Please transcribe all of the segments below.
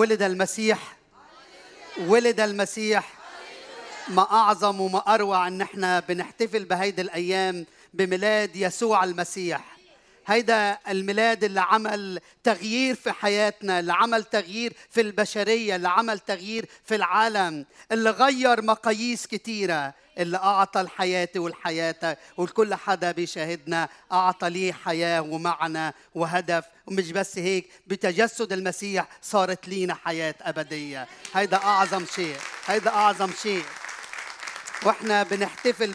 ولد المسيح، ولد المسيح. ما أعظم وما أروع إن احنا بنحتفل بهيدي الأيام بميلاد يسوع المسيح. هيدا الميلاد اللي عمل تغيير في حياتنا، اللي عمل تغيير في البشرية، اللي عمل تغيير في العالم، اللي غير مقاييس كتيرة، اللي أعطى الحياة والحياة ولكل حدا بيشاهدنا أعطى ليه حياة ومعنى وهدف. ومش بس هيك، بتجسد المسيح صارت لينا حياة أبدية. هيدا أعظم شيء، هيدا أعظم شيء. واحنا بنحتفل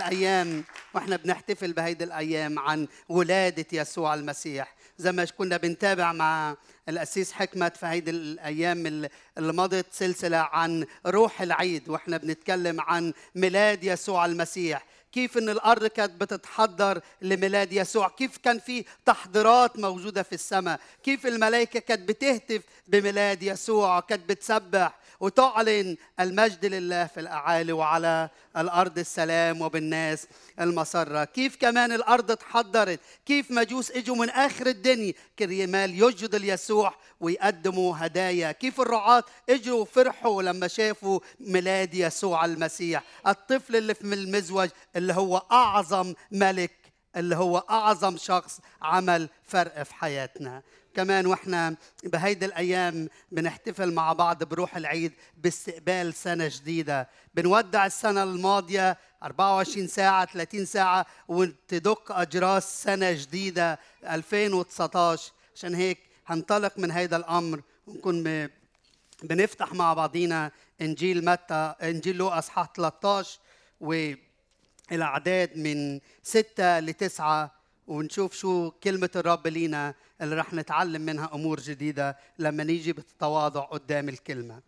بهيدي الأيام عن ولادة يسوع المسيح. زي ما كنا بنتابع مع القسيس حكمت في هيدي الأيام اللي مضت سلسلة عن روح العيد، واحنا بنتكلم عن ميلاد يسوع المسيح. كيف ان الارض كانت بتتحضر لميلاد يسوع، كيف كان في تحضيرات موجودة في السماء، كيف الملائكة كانت بتهتف بميلاد يسوع، كانت بتسبح وتعلن المجد لله في الأعالي وعلى الأرض السلام وبالناس المسرة. كيف كمان الأرض تحضرت، كيف مجوس اجوا من آخر الدنيا كرمال يسجدوا ليسوع ويقدموا هدايا. كيف الرعاة اجوا فرحوا لما شافوا ميلاد يسوع المسيح، الطفل اللي في المزوج، اللي هو أعظم ملك، اللي هو أعظم شخص عمل فرق في حياتنا. كمان واحنا بهيدي الأيام بنحتفل مع بعض بروح العيد باستقبال سنة جديدة. بنودع السنة الماضية 24 ساعة 30 ساعة وتدق أجراس سنة جديدة 2019. عشان هيك هنطلق من هيدا الأمر ونكون بنفتح مع بعضينا إنجيل لوقا أصحاح 13 والأعداد من 6 ل 9، ونشوف شو كلمة الرب لينا اللي رح نتعلم منها أمور جديدة لما نيجي بالتواضع قدام الكلمة.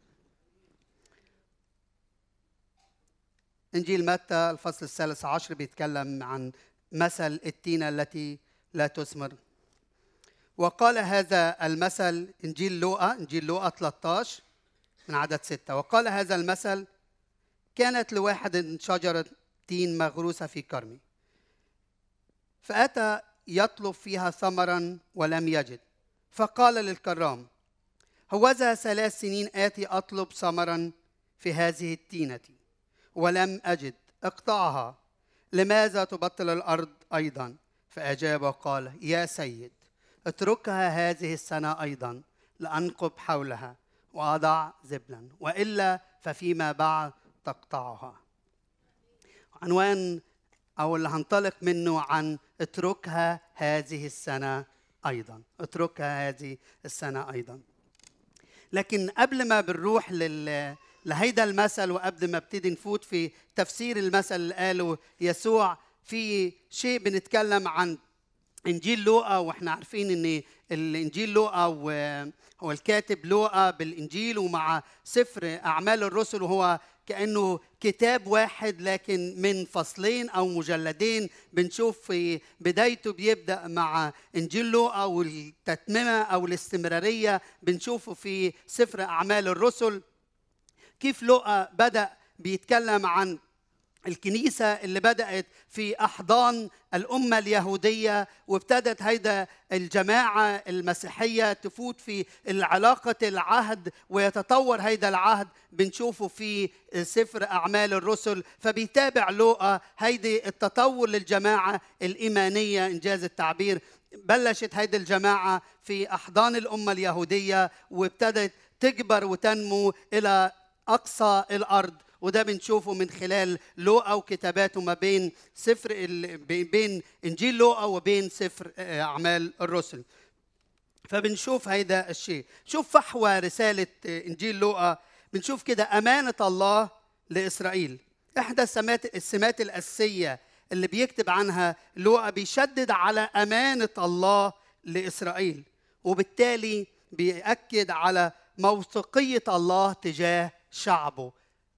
إنجيل متى الفصل 13 بيتكلم عن مثل التينة التي لا تثمر. وقال هذا المثل، إنجيل لوقا 13 من عدد 6. وقال هذا المثل: كانت لواحد شجرة تين مغروسة في كرمه، فأتى يطلب فيها ثمرا ولم يجد، فقال للكرام: هوذا 3 سنين آتي أطلب ثمرا في هذه التينة ولم أجد، اقطعها، لماذا تبطل الأرض أيضا؟ فأجاب وقال: يا سيد، اتركها هذه السنة أيضا لأنقب حولها وأضع زبلا، وإلا ففيما بعد تقطعها. عنوان أو اللي هنطلق منه عن اتركها هذه السنة أيضا، اتركها هذه السنة أيضا. لكن قبل ما بنروح لهيدا المثل، وقبل ما ابتدي نفوت في تفسير المثل اللي قاله يسوع، في شيء بنتكلم عن إنجيل لوقا. وإحنا عارفين إن الإنجيل لوقا هو الكاتب لوقا بالإنجيل ومع سفر أعمال الرسل، وهو كأنه كتاب واحد لكن من فصلين أو مجلدين. بنشوف في بدايته بيبدأ مع إنجيل لوقا، والتتممة أو الاستمرارية بنشوفه في سفر أعمال الرسل. كيف لوقا بدأ بيتكلم عن الكنيسة اللي بدأت في أحضان الأمة اليهودية، وابتدت هيدا الجماعة المسيحية تفوت في العلاقة العهد ويتطور هيدا العهد. بنشوفه في سفر أعمال الرسل. فبيتابع لوقا هيدي التطور للجماعة الإيمانية إنجاز التعبير. بلشت هيدي الجماعة في أحضان الأمة اليهودية وابتدت تكبر وتنمو إلى أقصى الأرض، وده بنشوفه من خلال لوقا وكتاباته ما بين بين إنجيل لوقا وبين سفر أعمال الرسل. فبنشوف هيدا الشيء. شوف فحوى رسالة إنجيل لوقا، بنشوف كده أمانة الله لإسرائيل. إحدى السمات الأساسية اللي بيكتب عنها لوقا بيشدد على أمانة الله لإسرائيل، وبالتالي بيأكد على موثوقية الله تجاه شعبه.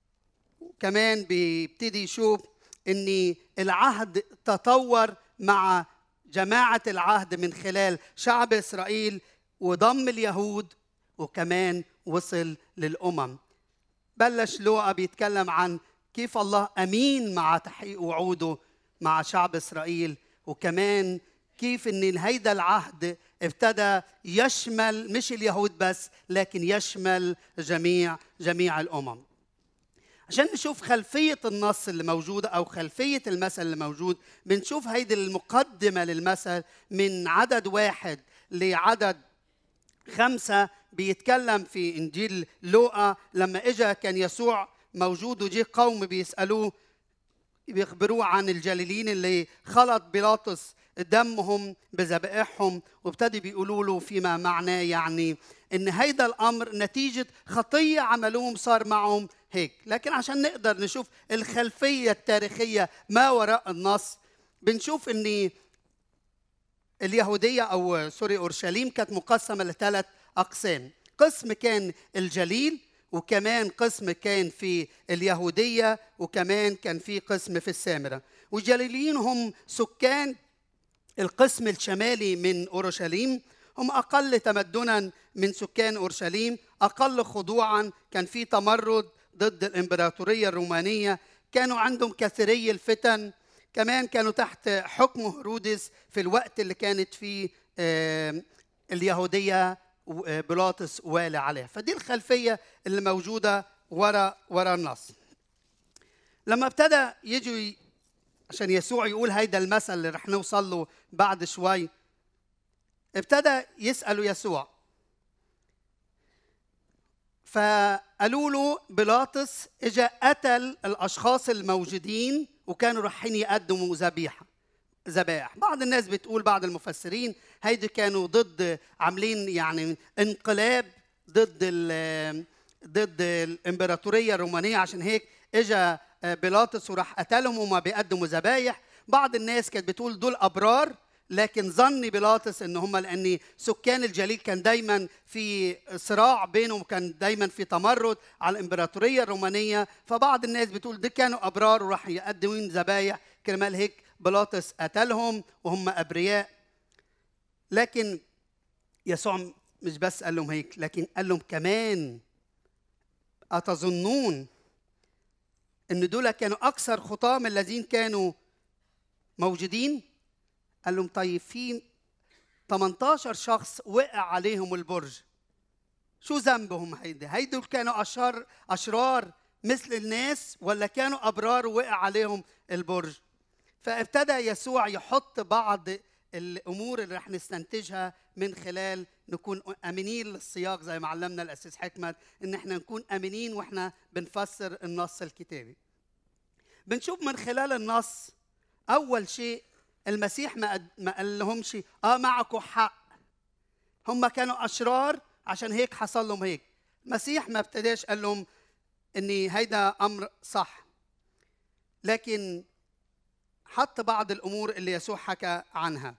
كمان بيبتدي يشوف ان العهد تطور مع جماعة العهد من خلال شعب إسرائيل وضم اليهود، وكمان وصل للأمم. بلش لوقا بيتكلم عن كيف الله أمين مع تحقيق وعوده مع شعب إسرائيل، وكمان كيف ان هيدا العهد ابتدى يشمل مش اليهود بس، لكن يشمل جميع الامم. عشان نشوف خلفيه النص اللي موجود او خلفيه المثل اللي موجود، بنشوف هيدي المقدمه للمثل من عدد 1 لعدد 5. بيتكلم في انجيل لوقا لما اجى كان يسوع موجود وجي قوم بيسالوه، بيخبروه عن الجليليين اللي خلط بيلاطس دمهم بذبائحهم، وابتدوا بيقولوا له فيما معناه يعني ان هيدا الامر نتيجه خطيه عملوهم صار معهم هيك. لكن عشان نقدر نشوف الخلفيه التاريخيه ما وراء النص، بنشوف ان اليهوديه او اورشليم كانت مقسمه ل3 اقسام. قسم كان الجليل، وكمان قسم كان في اليهودية، وكمان كان في قسم في السامرة. والجليليين هم سكان القسم الشمالي من أورشليم، هم أقل تمدناً من سكان أورشليم، أقل خضوعاً، كان في تمرد ضد الإمبراطورية الرومانية، كانوا عندهم كثيري الفتن، كمان كانوا تحت حكم هرودس في الوقت اللي كانت فيه اليهودية بيلاطس والي عليه. فدي الخلفية اللي موجودة ورا النص. لما ابتدى يجوا عشان يسوع يقول هيدا المثل اللي رح نوصل له بعد شوي، ابتدى يسألوا يسوع، فقالوا له بيلاطس اجا قتل الاشخاص الموجودين وكانوا رايحين يقدموا ذبائح. بعض الناس بتقول، بعض المفسرين، هيدي كانوا ضد، عاملين يعني انقلاب ضد الامبراطوريه الرومانيه، عشان هيك اجا بيلاطس وراح قتلهم وما بيقدموا ذبايح. بعض الناس كانت بتقول دول ابرار، لكن ظني بيلاطس ان هم لان سكان الجليل كان دايما في صراع بينهم، وكان دايما في تمرد على الامبراطوريه الرومانيه، فبعض الناس بتقول دول كانوا ابرار وراح يقدمون ذبايح، كرمال هيك بيلاطس قتلهم وهم ابرياء. لكن يسوع مش بس قال لهم هيك، لكن قال لهم كمان أتظنون ان دول كانوا اكثر خطاة من الذين كانوا موجودين؟ قال لهم طيب في 18 شخص وقع عليهم البرج، شو ذنبهم؟ هيدول كانوا اشرار مثل الناس، ولا كانوا ابرار ووقع عليهم البرج؟ فابتدى يسوع يحط بعض الامور اللي رح نستنتجها من خلال نكون امينين للسياق، زي ما علمنا الاسيس حكمت ان احنا نكون امينين واحنا بنفسر النص الكتابي. بنشوف من خلال النص اول شيء المسيح ما قال لهمش معكم حق، هم كانوا اشرار عشان هيك حصل لهم هيك. المسيح ما ابتداش قال لهم ان هيدا امر صح، لكن حط بعض الامور اللي يسوع حكى عنها.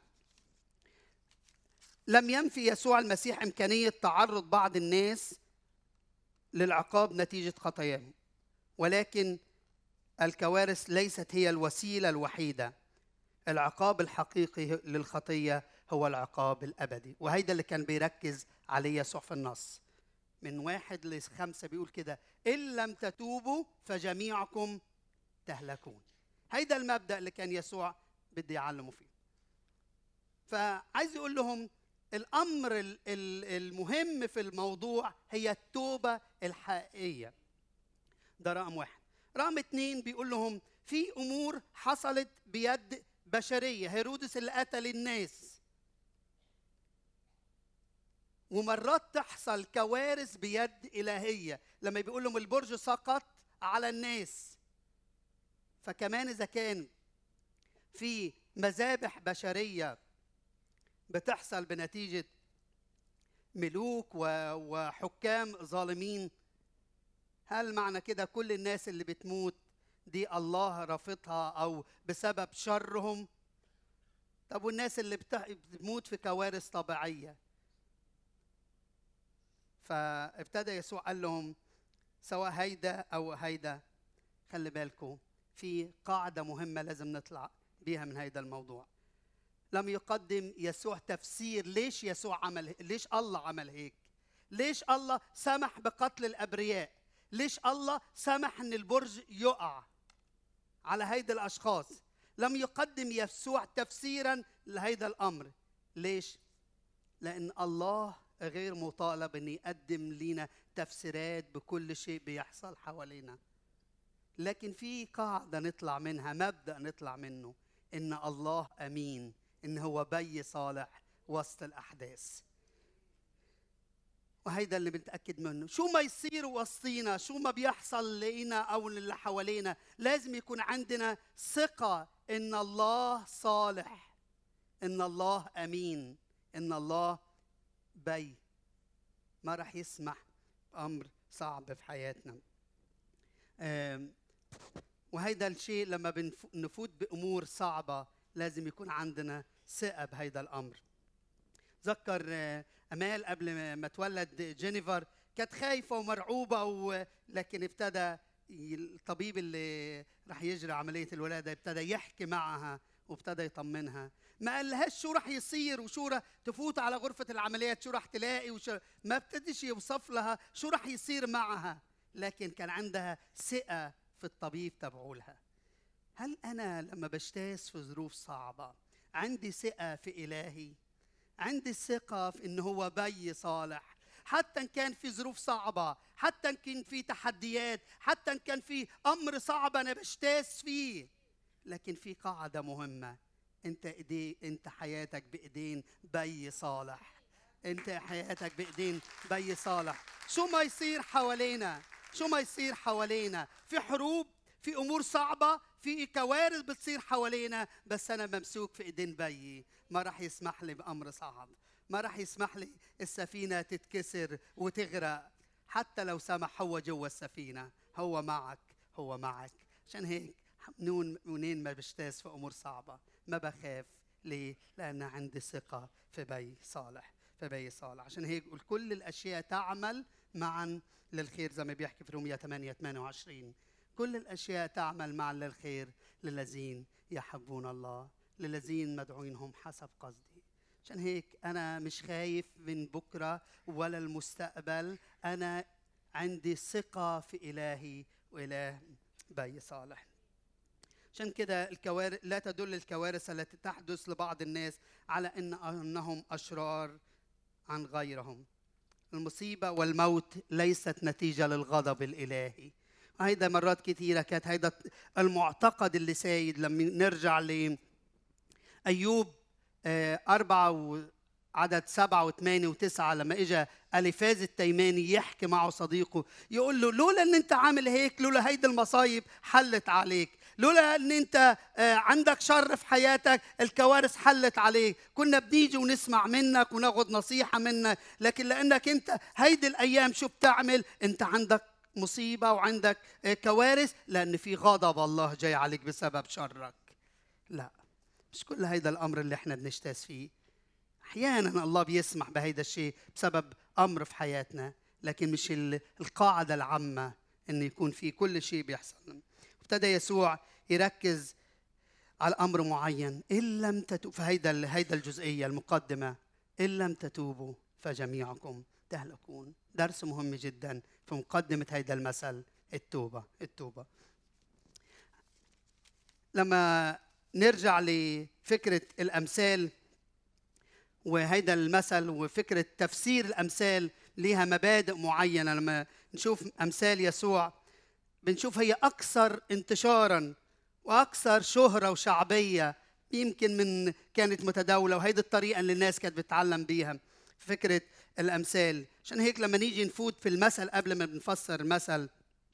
لم ينفي يسوع المسيح امكانيه تعرض بعض الناس للعقاب نتيجه خطاياهم، ولكن الكوارث ليست هي الوسيله الوحيده. العقاب الحقيقي للخطيه هو العقاب الابدي، وهيدا اللي كان بيركز عليه يسوع في النص. من 1 ل5 بيقول كده: ان لم تتوبوا فجميعكم تهلكون. هيدا المبدأ اللي كان يسوع بده يعلمه فيه. فعايز يقول لهم الأمر المهم في الموضوع هي التوبة الحقيقية. ده رقم 1. رقم 2 بيقول لهم في أمور حصلت بيد بشرية، هيرودس اللي قتل الناس، ومرات تحصل كوارث بيد إلهية. لما بيقول لهم البرج سقط على الناس، فكمان إذا كان في مذابح بشرية بتحصل بنتيجة ملوك وحكام ظالمين، هل معنى كده كل الناس اللي بتموت دي الله رافضها أو بسبب شرهم؟ طب والناس اللي بتموت في كوارث طبيعية؟ فابتدى يسوع قال لهم سواء هيدا أو هيدا، خلي بالكم في قاعدة مهمة لازم نطلع بيها من هيدا الموضوع. لم يقدم يسوع تفسير ليش يسوع عمل، ليش الله عمل هيك، ليش الله سمح بقتل الأبرياء، ليش الله سمح ان البرج يقع على هيدا الأشخاص. لم يقدم يسوع تفسيرا لهذا الأمر. ليش؟ لأن الله غير مطالب أن يقدم لنا تفسيرات بكل شيء بيحصل حوالينا، لكن في قاعدة نطلع منها، مبدأ نطلع منه، إن الله أمين، إن هو بي صالح وسط الأحداث. وهيدا اللي بنتأكد منه. شو ما يصير وسطينا، شو ما بيحصل لينا أو اللي حوالينا، لازم يكون عندنا ثقة إن الله صالح، إن الله أمين، إن الله بي ما رح يسمح بأمر صعب في حياتنا. وهيدا الشيء لما نفوت بأمور صعبة لازم يكون عندنا ثقة بهيدا الأمر. ذكر أمال قبل ما تولد جينيفر كانت خايفة ومرعوبة، لكن ابتدى الطبيب اللي رح يجري عملية الولادة ابتدى يحكي معها وابتدى يطمنها. ما قالهاش شو رح يصير وشو رح تفوت على غرفة العمليات شو رح تلاقي ما ابتدش يوصف لها شو رح يصير معها، لكن كان عندها ثقة في الطبيب تبعولها. هل أنا لما بجتاز في ظروف صعبة عندي ثقة في إلهي؟ عندي الثقة في إنه هو بي صالح، حتى إن كان في ظروف صعبة، حتى إن كان في تحديات، حتى إن كان في أمر صعب أنا بجتاز فيه، لكن في قاعدة مهمة، أنت حياتك بإيدين بي صالح، أنت حياتك بإيدين بي صالح. شو ما يصير حوالينا، شو ما يصير حوالينا، في حروب، في أمور صعبة، في كوارث بتصير حوالينا، بس أنا ممسوك في إيدين بيي. ما رح يسمح لي بأمر صعب، ما رح يسمح لي السفينة تتكسر وتغرق، حتى لو سمح هو جوا السفينة، هو معك، هو معك. عشان هيك منين ما بجتاز في أمور صعبة ما بخاف. ليه؟ لأن عندي ثقة في بي صالح، في بي صالح. عشان هيك يقول كل الأشياء تعمل معا للخير، زي ما بيحكي في رومية 8:28. كل الأشياء تعمل معا للخير للذين يحبون الله، للذين مدعوينهم حسب قصدي. عشان هيك أنا مش خايف من بكرة ولا المستقبل، أنا عندي ثقة في إلهي وإله بي صالح. عشان كده لا تدل الكوارث التي تحدث لبعض الناس على أنهم أشرار عن غيرهم. المصيبة والموت ليست نتيجة للغضب الإلهي. هيدا مرات كثيرة كانت هيدا المعتقد اللي سايد. لما نرجع لأيوب 4 عدد 7 و8 و9، لما اجى أليفاز التيماني يحكي معه صديقه يقول له لولا ان انت عامل هيك، لولا هيدي المصايب حلت عليك، لولا ان انت عندك شر في حياتك الكوارث حلت عليك، كنا بنيجي ونسمع منك وناخذ نصيحة منك، لكن لانك انت هيدي الايام شو بتعمل؟ انت عندك مصيبة وعندك كوارث لان في غضب الله جاي عليك بسبب شرك. لا، مش كل هيدا الامر اللي احنا بنجتاز فيه. احيانا الله بيسمح بهيدا الشيء بسبب امر في حياتنا، لكن مش القاعده العامه ان يكون في كل شيء بيحصل. ابتدى يسوع يركز على امر معين، ان لم تتوبوا، في هيدا الجزئيه المقدمه، ان لم تتوبوا فجميعكم تهلكون. درس مهم جدا في مقدمه هيدا المثل، التوبه. التوبه. لما نرجع لفكره الامثال وهيدا المثل وفكرة تفسير الأمثال لها مبادئ معينة، لما نشوف أمثال يسوع بنشوف هي أكثر انتشاراً وأكثر شهرة وشعبية يمكن من كانت متداولة، وهيدي الطريقة اللي الناس كانت بتتعلم بيها فكرة الأمثال. عشان هيك لما نيجي نفوت في المثل قبل ما بنفسر المثل،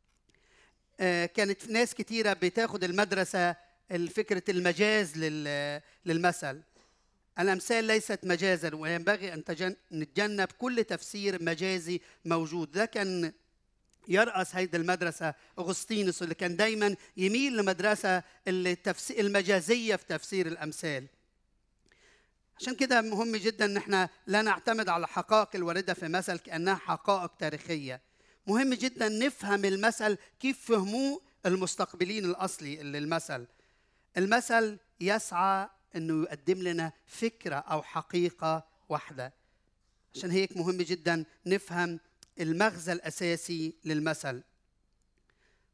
كانت ناس كتيرة بتاخد المدرسة فكرة المجاز للمثل. الأمثال ليست مجازاً، وينبغي أن نتجنب كل تفسير مجازي موجود. ده كان يرأس هيدي المدرسة أغسطينوس، اللي كان دايماً يميل لمدرسة المجازية في تفسير الأمثال. عشان كده مهم جداً أن احنا لا نعتمد على الحقائق الواردة في مثل كأنها حقائق تاريخية. مهم جداً نفهم المثل كيف فهموه المستقبلين الأصلي للمثل. المثل يسعى أنه يقدم لنا فكرة أو حقيقة واحدة. عشان هيك مهم جدا نفهم المغزى الأساسي للمثل.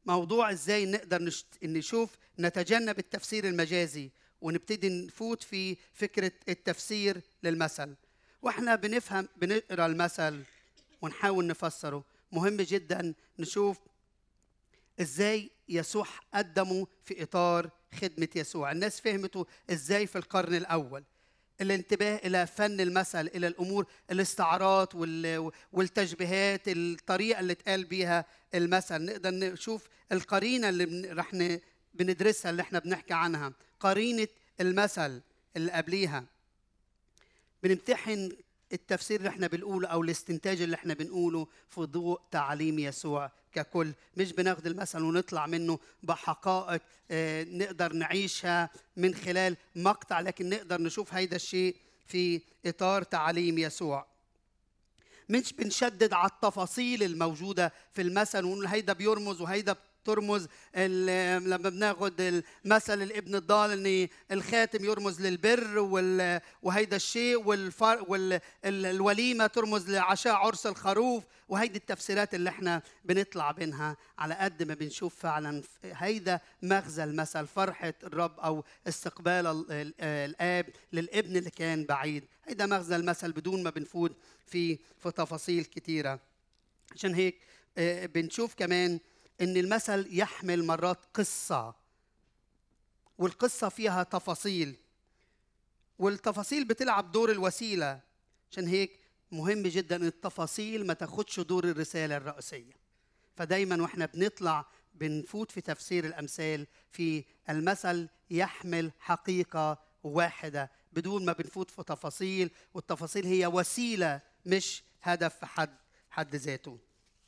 موضوع ازاي نقدر نشوف نتجنب التفسير المجازي ونبتدي نفوت في فكرة التفسير للمثل. واحنا بنقرأ المثل ونحاول نفسره، مهم جدا نشوف ازاي يسوع قدمه في إطار خدمة يسوع. الناس فهمته ازاي في القرن الأول؟ الانتباه إلى فن المثل، إلى الأمور، الاستعارات والتشبيهات، الطريقة اللي اتقال بيها المثل. نقدر نشوف القرينة اللي رح بندرسها، اللي احنا بنحكي عنها، قرينة المثل اللي قبليها. بنمتحن التفسير اللي احنا بنقوله أو الاستنتاج اللي احنا بنقوله في ضوء تعاليم يسوع ككل. مش بناخد المثل ونطلع منه بحقائق نقدر نعيشها من خلال مقطع، لكن نقدر نشوف هيدا الشيء في إطار تعاليم يسوع. مش بنشدد على التفاصيل الموجودة في المثل ونقول هيدا بيرمز وهيدا ترمز. لما بناخد المثل الابن الضال ان الخاتم يرمز للبر وهيدا الشيء، والوليمه ترمز لعشاء عرس الخروف، وهيدي التفسيرات اللي احنا بنطلع بينها. على قد ما بنشوف فعلا هيدا مغزى المثل، فرحه الرب او استقبال الاب للابن اللي كان بعيد. هيدا مغزى المثل بدون ما بنفوت في تفاصيل كتيره. عشان هيك بنشوف كمان إن المثل يحمل مرات قصة، والقصة فيها تفاصيل، والتفاصيل بتلعب دور الوسيلة. عشان هيك مهم جدا إن التفاصيل ما تاخدش دور الرسالة الرئيسية. فدايما وإحنا بنطلع بنفوت في تفسير الأمثال في المثل يحمل حقيقة واحدة بدون ما بنفوت في تفاصيل، والتفاصيل هي وسيلة مش هدف في حد ذاته.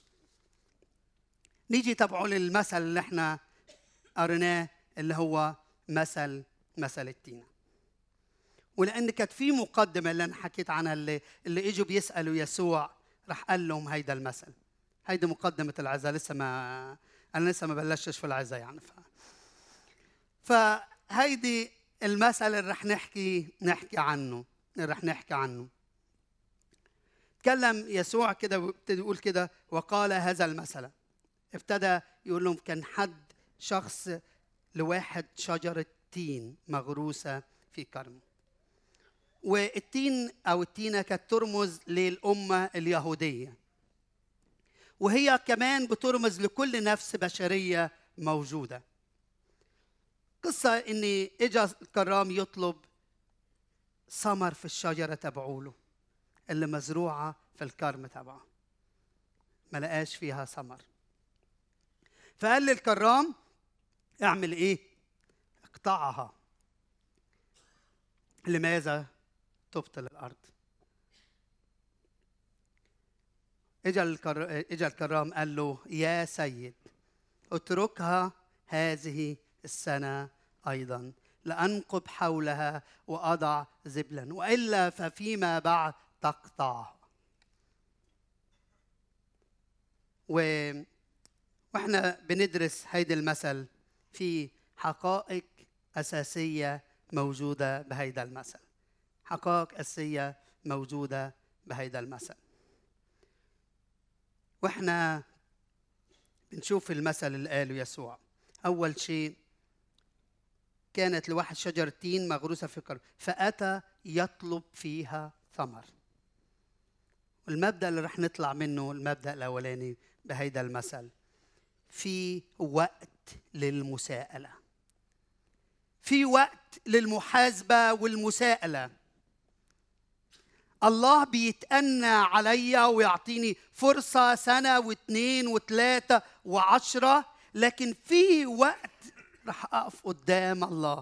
نيجي تبعه للمثل اللي احنا قريناه اللي هو مثل التينة. ولأن كانت في مقدمة اللي أنا حكيت عنها اللي إجوا بيسألوا يسوع، راح قال لهم هيدا المثل. هيدا مقدمة العزاء، أنا لسه ما بلشتش في العزاء يعني. فهيدي المثل اللي راح نحكي عنه. تكلم يسوع كده وابتدى يقول كده: وقال هذا المثل. ابتدى يقول لهم كان شخص لواحد شجرة تين مغروسة في كرم. والتين أو التينة كانت ترمز للأمة اليهودية، وهي كمان بترمز لكل نفس بشرية موجودة. قصة إن إجا الكرام يطلب ثمر في الشجرة تبعوله اللي مزروعة في الكرم تبعه، ما لقاش فيها ثمر. فقال للكرام اعمل ايه؟ اقطعها. لماذا تبطل الارض؟ اجا الكرام قال له: يا سيد، اتركها هذه السنة ايضا لانقب حولها واضع زبلا، والا ففيما بعد تقطعها. واحنا بندرس هيدا المثل في حقائق أساسية موجودة بهيدا المثل. حقائق أساسية موجودة بهيدا المثل. واحنا بنشوف المثل اللي قاله يسوع. أول شيء، كانت لواحد شجرة تين مغروسة في كرم، فأتى يطلب فيها ثمر. والمبدأ اللي رح نطلع منه المبدأ الأولاني بهيدا المثل: في وقت للمساءلة، في وقت للمحاسبة والمساءلة. الله بيتأنى عليا ويعطيني فرصة 1 و2 و3 و10، لكن في وقت رح أقف قدام الله.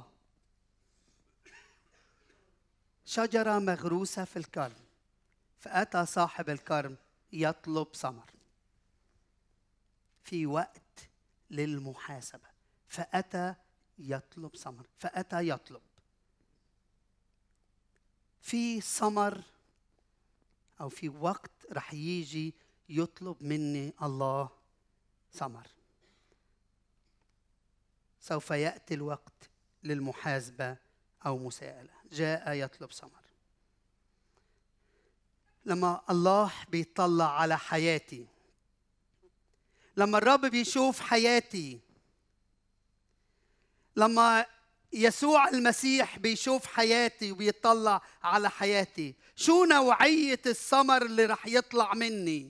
شجرة مغروسة في الكرم، فأتى صاحب الكرم يطلب ثمر. في وقت للمحاسبة، فأتى يطلب ثمر، فأتى يطلب. في ثمر أو في وقت رح يجي يطلب مني الله ثمر. سوف يأتي الوقت للمحاسبة أو مساءلة. جاء يطلب ثمر. لما الله بيطلع على حياتي، لما الرب بيشوف حياتي، لما يسوع المسيح بيشوف حياتي وبيطلع على حياتي، شو نوعية الثمر اللي رح يطلع مني؟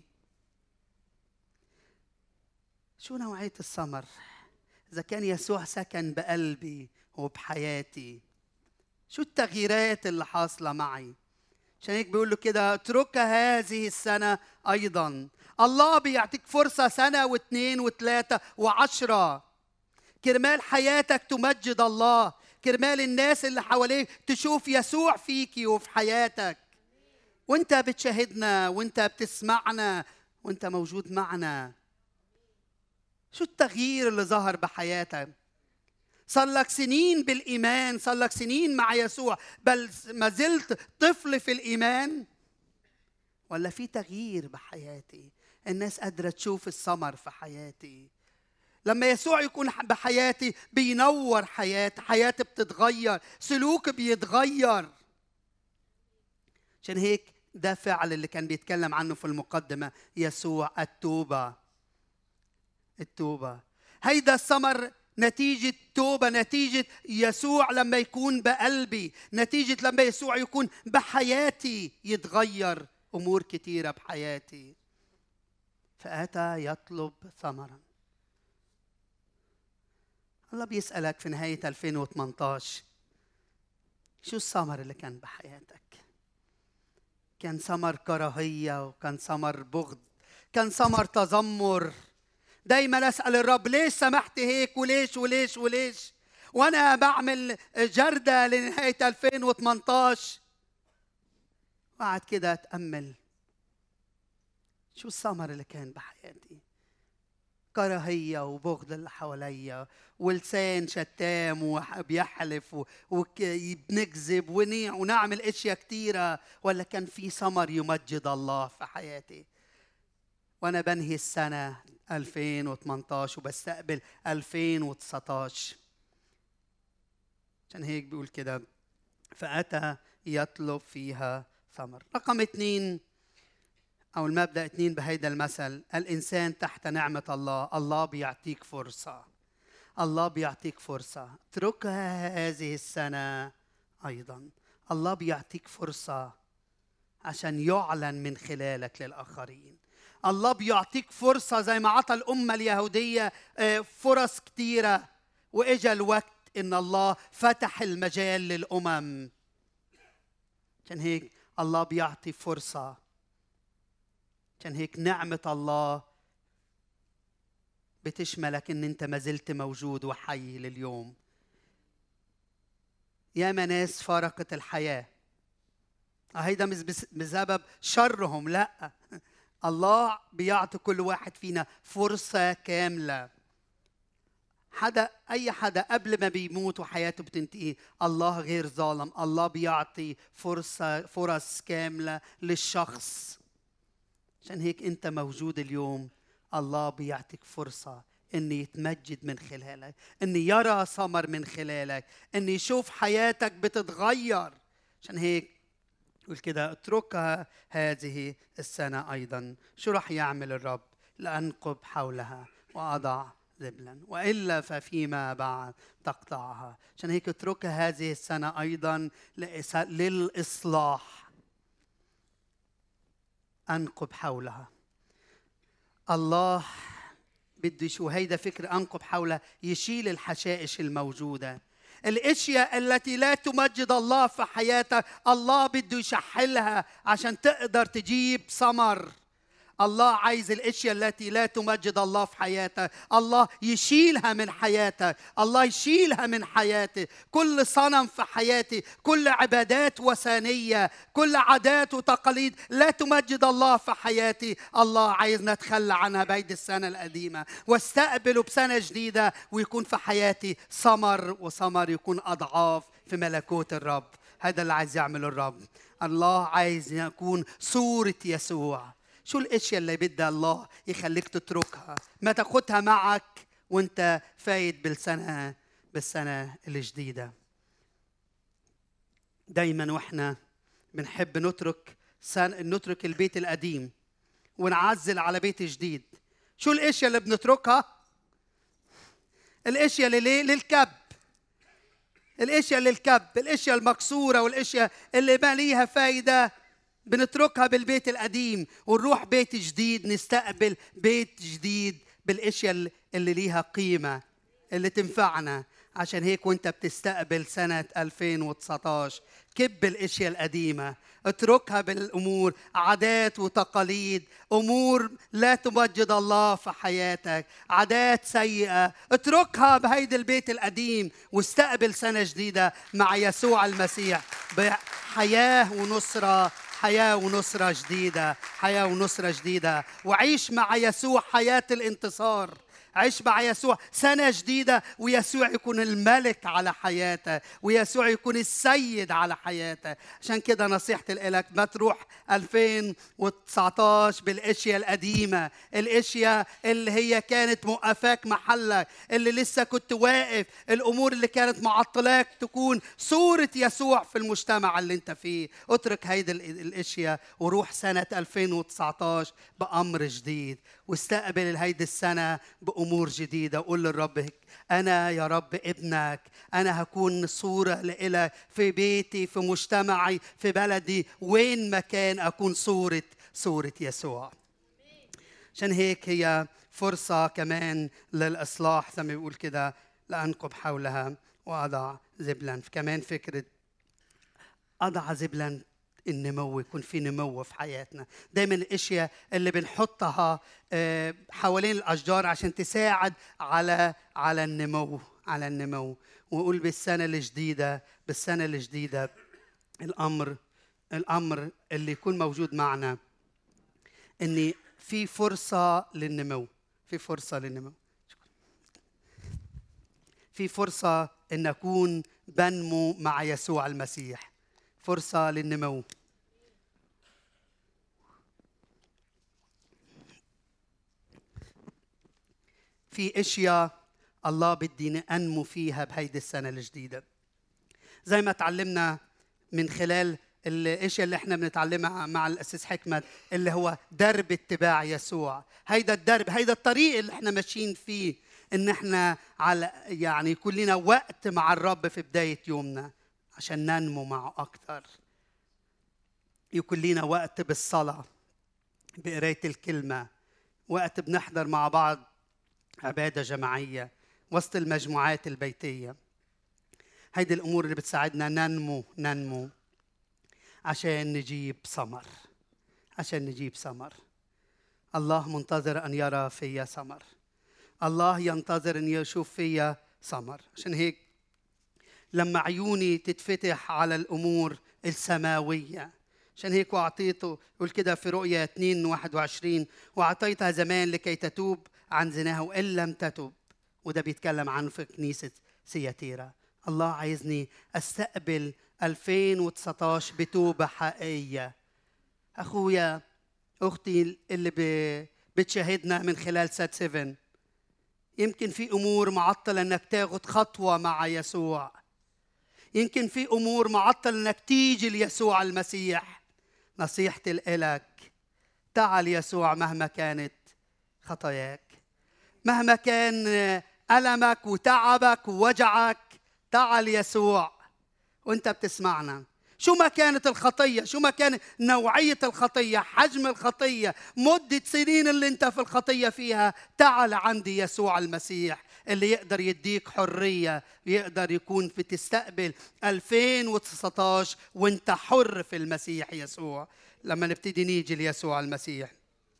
شو نوعية الثمر؟ إذا كان يسوع سكن بقلبي وبحياتي، شو التغييرات اللي حاصلة معي؟ عشان هيك بيقول له كده اترك هذه السنة أيضا. الله بيعطيك فرصة سنة واثنين وثلاثة وعشرة، كرمال حياتك تمجد الله، كرمال الناس اللي حواليك تشوف يسوع فيكي وفي حياتك، وانت بتشاهدنا وانت بتسمعنا وانت موجود معنا. شو التغيير اللي ظهر بحياتك؟ صار لك سنين بالإيمان، صار لك سنين مع يسوع، بل ما زلت طفل في الإيمان؟ ولا في تغيير بحياتي؟ الناس قادرة تشوف الثمر في حياتي. لما يسوع يكون بحياتي بينور حياتي بتتغير، سلوك بيتغير. عشان هيك ده فعل اللي كان بيتكلم عنه في المقدمة يسوع، التوبة. التوبة هيدا الثمر نتيجة توبة، نتيجة يسوع لما يكون بقلبي، نتيجة لما يسوع يكون بحياتي يتغير أمور كتيرة بحياتي. فأتى يطلب ثمرا. الله بيسألك في نهاية 2018 شو الثمر اللي كان بحياتك؟ كان ثمر كراهية، وكان ثمر بغض، كان ثمر تذمر. دايما أسأل الرب ليش سمحت هيك، وليش وليش وليش، وأنا بعمل جردة لنهاية 2018. وقعد كده أتأمل شو الثمر اللي كان بحياتي. كراهية وبغض اللي حواليا، ولسان شتام وبيحلف وبنكذب ونعمل اشياء كتيرة، ولا كان في ثمر يمجد الله في حياتي؟ وانا بنهي السنة 2018 وبستقبل 2019. عشان هيك بيقول كده فأتى يطلب فيها ثمر. رقم 2 أو المبدأ 2 بهيدا المثل، الإنسان تحت نعمة الله. الله بيعطيك فرصة، الله بيعطيك فرصة. اتركها هذه السنة أيضا. الله بيعطيك فرصة عشان يعلن من خلالك للآخرين. الله بيعطيك فرصة زي ما عطى الأمة اليهودية فرص كتيرة، وإجا الوقت إن الله فتح المجال للأمم. عشان هيك الله بيعطي فرصة. عشان هيك نعمة الله بتشملك إن أنت ما زلت موجود وحي لليوم. ياما ناس فارقت الحياة، هيدا مش بسبب شرهم، لا، الله بيعطي كل واحد فينا فرصة كاملة. أي حدا قبل ما بيموت وحياته بتنتهي، الله غير ظالم، الله بيعطي فرص كاملة للشخص. عشان هيك أنت موجود اليوم، الله بيعطيك فرصة إن يتمجد من خلالك، إن يرى ثمر من خلالك، إن يشوف حياتك بتتغير. عشان هيك يقول كده اتركها هذه السنة أيضا. شو رح يعمل الرب؟ لأنقب حولها وأضع ذبلا، وإلا ففيما بعد تقطعها. عشان هيك اتركها هذه السنة أيضا للإصلاح. أنقب حولها. الله بده شو؟ هيدا فكر أنقب حولها، يشيل الحشائش الموجودة، الاشياء التي لا تمجد الله في حياتك. الله بده يشحلها عشان تقدر تجيب ثمر. الله عايز الاشياء التي لا تمجد الله في حياتك الله يشيلها من حياتك، الله يشيلها من حياتي. كل صنم في حياتي، كل عبادات وثنية، كل عادات وتقاليد لا تمجد الله في حياتي، الله عايزنا نتخلى عنها بهيدي السنة القديمة واستقبله بسنة جديدة، ويكون في حياتي ثمر، وثمر يكون أضعاف في ملكوت الرب. هذا اللي عايز يعمله الرب. الله عايز يكون صورة يسوع. شو الاشياء اللي بدها الله يخليك تتركها، ما تاخدها معك وانت فايت بالسنة الجديدة؟ دايما واحنا بنحب نترك البيت القديم ونعزل على بيت جديد، شو الاشياء اللي بنتركها؟ الاشياء للكب، الاشياء للكب، الاشياء المكسوره والاشياء اللي ما ليها فايده بنتركها بالبيت القديم ونروح بيت جديد، نستقبل بيت جديد بالاشياء اللي ليها قيمه اللي تنفعنا. عشان هيك وانت بتستقبل سنه 2019 كب الاشياء القديمه، اتركها بالامور، عادات وتقاليد، امور لا تمجد الله في حياتك، عادات سيئه، اتركها بهيدا البيت القديم واستقبل سنه جديده مع يسوع المسيح بحياه ونصره، حياه ونصره جديده، حياه ونصره جديده، وعيش مع يسوع حياه الانتصار. عيش مع يسوع سنة جديدة، ويسوع يكون الملك على حياتك، ويسوع يكون السيد على حياتك. عشان كده نصيحتي لك ما تروح 2019 بالاشياء القديمة، الاشياء اللي هي كانت موقفاك محلك، اللي لسه كنت واقف، الامور اللي كانت معطلاك تكون صورة يسوع في المجتمع اللي انت فيه. اترك هيدي الاشياء وروح سنة 2019 بأمر جديد، واستقبل هيدي السنة بأمور جديدة. وقول للرب هيك: أنا يا رب ابنك، أنا هكون صورة لإلك في بيتي، في مجتمعي، في بلدي، وين ما كان أكون صورة يسوع. عشان هيك هي فرصة كمان للإصلاح، زي ما بيقول كده: لأنقب حولها وأضع زبلا. كمان فكرة أضع زبلا، النمو، يكون في نمو في حياتنا. دايما الاشياء اللي بنحطها حوالين الاشجار عشان تساعد على النمو. ونقول بالسنه الجديده الامر اللي يكون موجود معنا ان في فرصه للنمو، في فرصه ان نكون بنمو مع يسوع المسيح، فرصه للنمو. في اشياء الله بدي انمو فيها بهيدي السنه الجديده، زي ما تعلمنا من خلال الاشياء اللي احنا بنتعلمها مع الاسيس حكمت، اللي هو درب اتباع يسوع. هيدا الدرب، هيدا الطريق اللي احنا ماشيين فيه، ان احنا يعني يكون لنا وقت مع الرب في بدايه يومنا عشان ننمو معه اكثر. يكون لنا وقت بالصلاه، بقرايه الكلمه، وقت بنحضر مع بعض عبادة جماعية وسط المجموعات البيتية. هيدي الأمور اللي بتساعدنا ننمو عشان نجيب ثمر. الله منتظر أن يرى فيا ثمر، الله ينتظر أن يشوف فيا ثمر. عشان هيك لما عيوني تتفتح على الأمور السماوية، عشان هيك وأعطيته، يقول كده في رؤيا 2:21: وأعطيتها زمان لكي تتوب عن زناها وإن لم تتب. وده بيتكلم عنه في كنيسة سياتيرا. الله عايزني أستقبل 2019 بتوبة حقيقية. أخويا، أختي اللي بتشاهدنا من خلال سات 7، يمكن في أمور معطلة أنك تاخد خطوة مع يسوع، يمكن في أمور معطلة أنك تيجي ليسوع المسيح. نصيحتي لك: تعال يسوع مهما كانت خطاياك، مهما كان ألمك وتعبك ووجعك، تعال يسوع. وانت بتسمعنا، شو ما كانت الخطية، شو ما كانت نوعية الخطية، حجم الخطية، مدة سنين اللي انت في الخطية فيها، تعال عندي يسوع المسيح اللي يقدر يديك حرية، يقدر يكون في تستقبل 2019 وانت حر في المسيح يسوع. لما نبتدي نيجي ليسوع المسيح.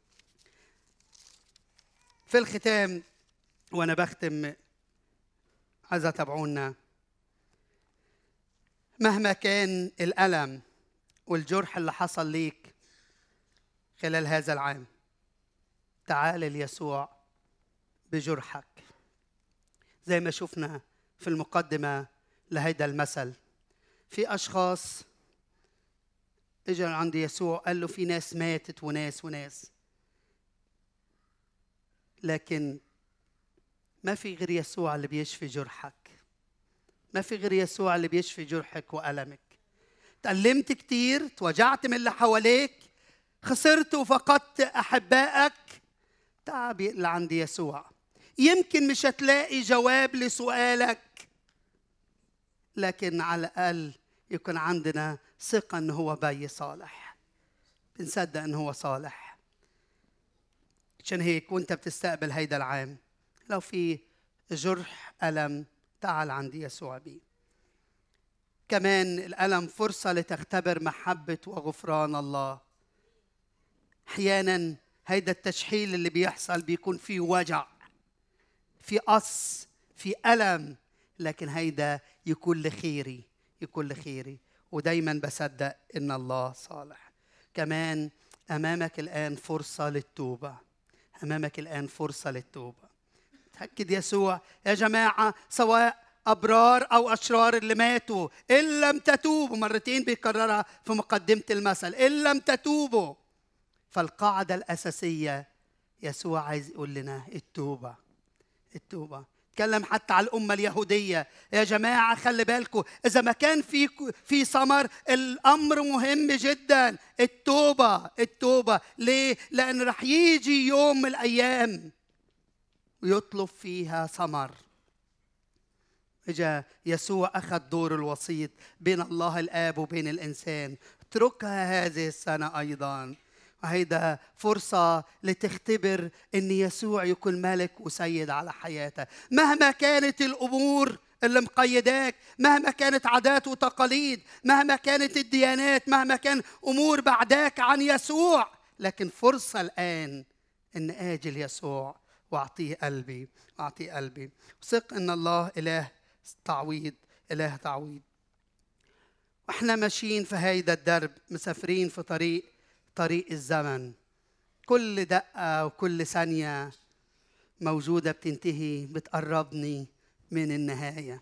في الختام وانا بختم، عايز تابعونا: مهما كان الألم والجرح اللي حصل ليك خلال هذا العام، تعال ليسوع بجرحك. زي ما شفنا في المقدمة لهيدا المثل، في أشخاص اجوا عند يسوع قال له في ناس ماتت وناس، لكن ما في غير يسوع اللي بيشفي جرحك، ما في غير يسوع اللي بيشفي جرحك وألمك. تألمت كتير، توجعت من اللي حواليك، خسرت وفقدت أحبائك، تعال لعند يسوع. يمكن مش هتلاقي جواب لسؤالك، لكن على الأقل يكون عندنا ثقة إن هو بي صالح، بنصدق إن هو صالح. عشان هيك وانت بتستقبل هيدا العام، لو في جرح ألم تعال عند يسوع بيه. كمان الألم فرصة لتختبر محبة وغفران الله. أحيانا هيدا التشحيل اللي بيحصل بيكون فيه وجع، في قص، في ألم، لكن هيدا يكون لخيري، يكون لخيري. ودايما بصدق إن الله صالح. كمان أمامك الآن فرصة للتوبة، أمامك الآن فرصة للتوبة. تأكد يسوع يا جماعة، سواء أبرار أو أشرار اللي ماتوا، إن لم تتوبوا، مرتين بيكررها في مقدمة المثل، إن لم تتوبوا. فالقاعدة الأساسية يسوع عايز يقول لنا التوبة، التوبة. تكلم حتى على الأمة اليهودية، يا جماعة خلي بالكم، إذا ما كان في ثمر، الأمر مهم جدا، التوبة، التوبة. ليه؟ لأن رح يجي يوم من الأيام ويطلب فيها ثمر. إجا يسوع أخذ دور الوسيط بين الله الآب وبين الإنسان. اتركها هذه السنة أيضاً، وهيدا فرصة لتختبر أن يسوع يكون ملك وسيد على حياتك. مهما كانت الأمور اللي مقيداك، مهما كانت عادات وتقاليد، مهما كانت الديانات، مهما كان أمور بعداك عن يسوع، لكن فرصة الآن أن آجل يسوع وأعطيه قلبي، أعطيه قلبي. ثق أن الله إله تعويض، إله تعويض. وإحنا ماشيين في هيدا الدرب، مسافرين في طريق الزمن. كل دقة وكل ثانية موجودة بتنتهي، بتقربني من النهاية.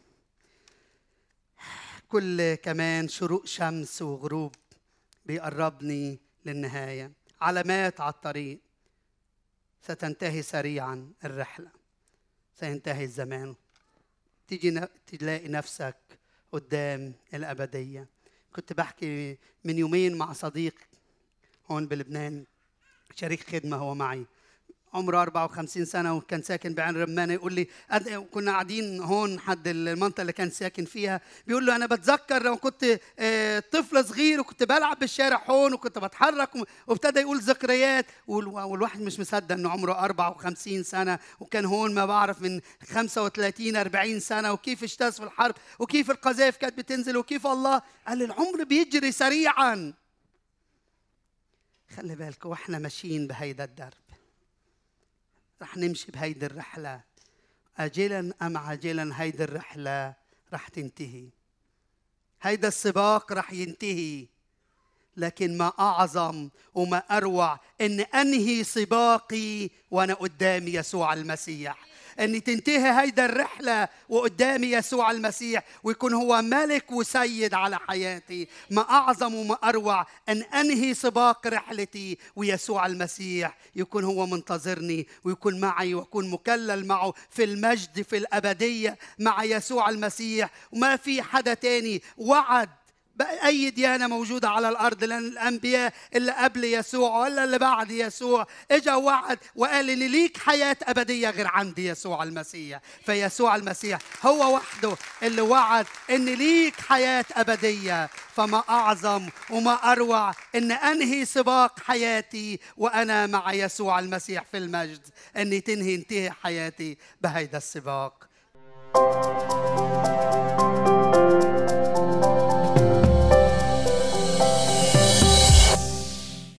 كل كمان شروق شمس وغروب بيقربني للنهاية. علامات على الطريق، ستنتهي سريعا الرحلة، سينتهي الزمان، تيجي تلاقي نفسك قدام الأبدية. كنت بحكي من يومين مع صديق هون بلبنان، شريك خدمة هو معي، عمره 54 سنة وكان ساكن بعين رمانة. يقول لي كنا قاعدين هون حد المنطقة اللي كان ساكن فيها، بيقول له أنا بتذكر لما كنت طفل صغير وكنت بلعب بالشارع هون وكنت بتحرك، وابتدى يقول ذكريات. والواحد مش مصدق إنه عمره 54 سنة وكان هون ما بعرف من 35-40 سنة، وكيف اجتاز في الحرب، وكيف القذائف كانت بتنزل، وكيف الله. قال العمر بيجري سريعاً. خلي بالك، واحنا ماشيين بهيدا الدرب رح نمشي بهيدي الرحلة، آجلاً أم عاجلاً هيدي الرحلة رح تنتهي، هيدا السباق رح ينتهي. لكن ما أعظم وما أروع إن أنهي سباقي وأنا قدام يسوع المسيح، أن تنتهي هيدا الرحلة وقدامي يسوع المسيح، ويكون هو ملك وسيد على حياتي. ما أعظم وما أروع أن أنهي سباق رحلتي ويسوع المسيح يكون هو منتظرني، ويكون معي، ويكون مكلل معه في المجد في الأبدية مع يسوع المسيح. وما في حدا تاني وعد بأي ديانة موجودة على الأرض، لأن الأنبياء اللي قبل يسوع ولا اللي بعد يسوع إجا وعد وقال إن ليك حياة أبدية غير عندي يسوع المسيح. فيسوع المسيح هو وحده اللي وعد إن ليك حياة أبدية. فما أعظم وما أروع إن أنهي سباق حياتي وأنا مع يسوع المسيح في المجد، إني تنتهي حياتي بهيدا السباق.